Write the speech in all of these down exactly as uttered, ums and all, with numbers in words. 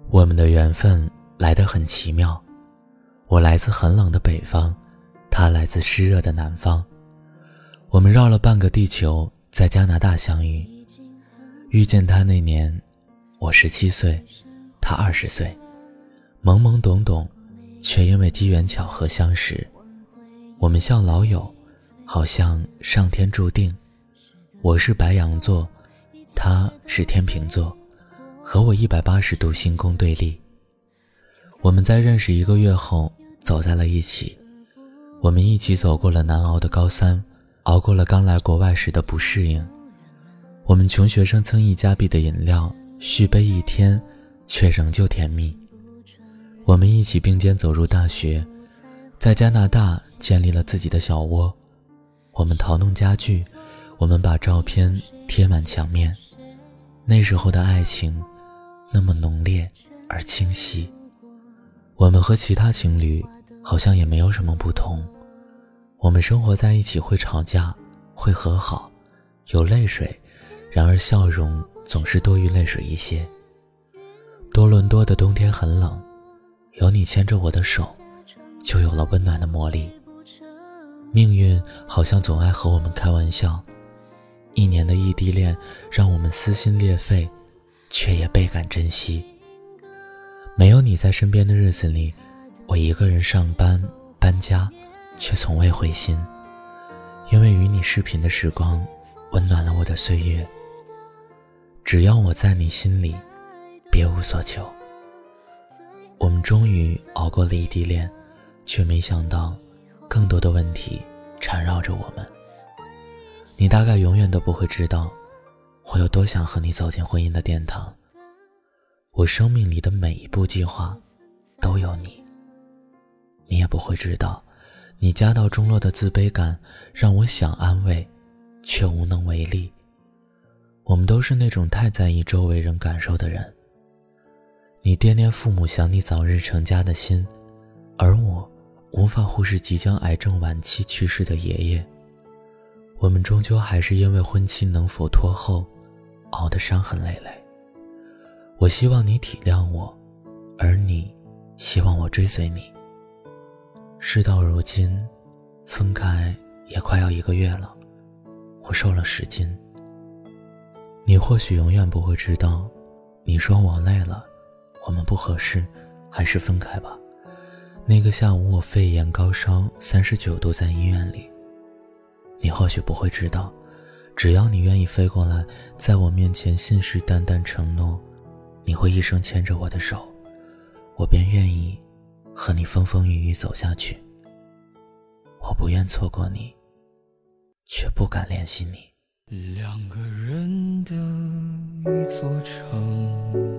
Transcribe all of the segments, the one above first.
我们的缘分来得很奇妙，我来自很冷的北方，他来自湿热的南方。我们绕了半个地球，在加拿大相遇。遇见他那年，我十七岁，他二十岁，懵懵懂懂，却因为机缘巧合相识。我们像老友，好像上天注定。我是白羊座，他是天秤座，和我一百八十度星宫对立。我们在认识一个月后走在了一起，我们一起走过了难熬的高三，熬过了刚来国外时的不适应。我们穷学生蹭一加币的饮料，续杯一天，却仍旧甜蜜。我们一起并肩走入大学，在加拿大建立了自己的小窝。我们淘弄家具，我们把照片贴满墙面。那时候的爱情那么浓烈而清晰。我们和其他情侣好像也没有什么不同，我们生活在一起会吵架，会和好，有泪水，然而笑容总是多于泪水一些。多伦多的冬天很冷，有你牵着我的手，就有了温暖的魔力。命运好像总爱和我们开玩笑，一年的异地恋让我们撕心裂肺，却也倍感珍惜。没有你在身边的日子里，我一个人上班搬家，却从未灰心，因为与你视频的时光温暖了我的岁月。只要我在你心里，别无所求。我们终于熬过了异地恋，却没想到更多的问题缠绕着我们。你大概永远都不会知道，我有多想和你走进婚姻的殿堂。我生命里的每一步计划都有你。你也不会知道，你家道中落的自卑感让我想安慰，却无能为力。我们都是那种太在意周围人感受的人。你惦念父母想你早日成家的心，而我无法忽视即将癌症晚期去世的爷爷。我们终究还是因为婚期能否拖后，熬得伤痕累累。我希望你体谅我，而你希望我追随你。事到如今，分开也快要一个月了，我瘦了十斤。你或许永远不会知道，你说我累了，我们不合适，还是分开吧。那个下午我肺炎高烧三十九度在医院里。你或许不会知道，只要你愿意飞过来，在我面前信誓旦旦承诺你会一生牵着我的手，我便愿意和你风风雨雨走下去。我不愿错过你，却不敢联系你。 两个人的一座城，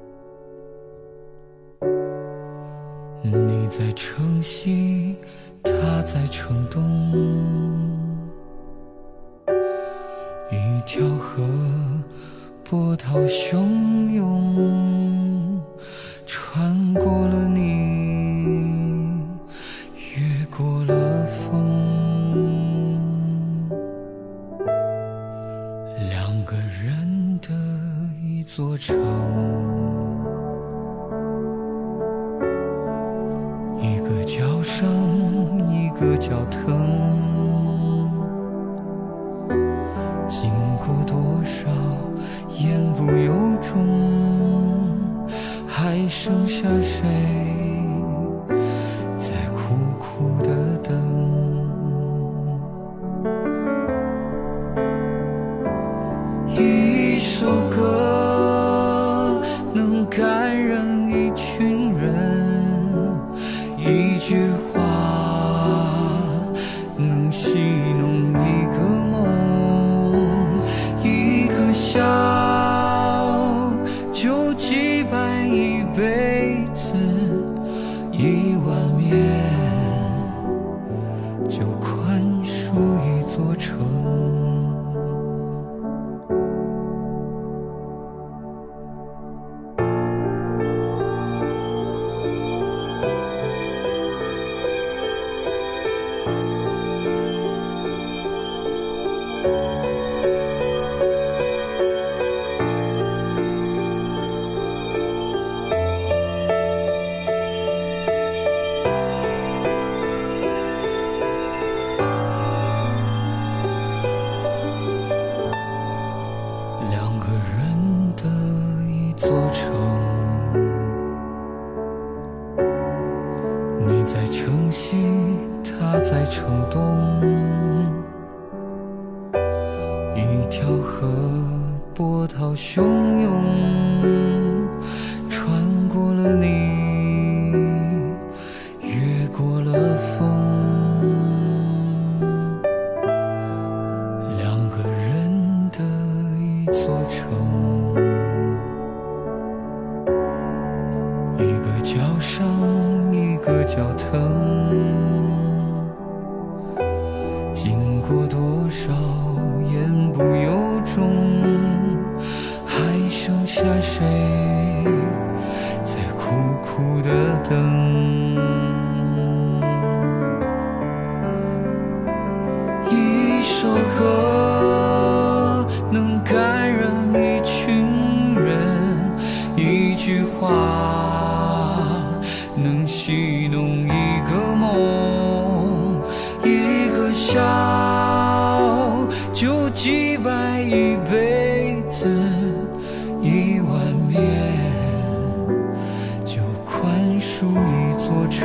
你在城西，他在城东，一条河波涛汹涌，穿过了你，越过了风。两个人的一座城，一个叫伤，一个叫疼，经过多少言不由衷，还剩下谁在苦苦的等？一首歌能感染一群人，一句话能戏弄一个梦，一个笑就击败一辈子，一碗面就宽恕一座城。 在城东，一条河波涛汹涌，穿过了你，越过了风，两个人的一座城，一个叫伤，一个叫疼，经过多少言不由衷，还剩下谁在苦苦的等？一首歌能感染一群人，一句话能戏弄一个梦，一个笑就击败一辈子，一碗面就宽恕一座城。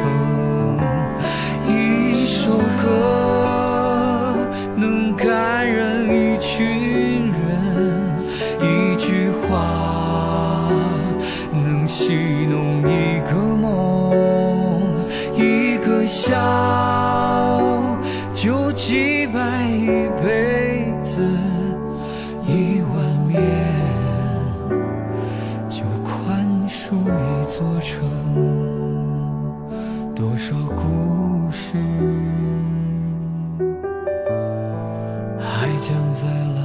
一首歌能感染一群人，一句话能戏弄一个梦，一个笑就击败一辈子，一碗面就宽恕一座城。多少故事还将在来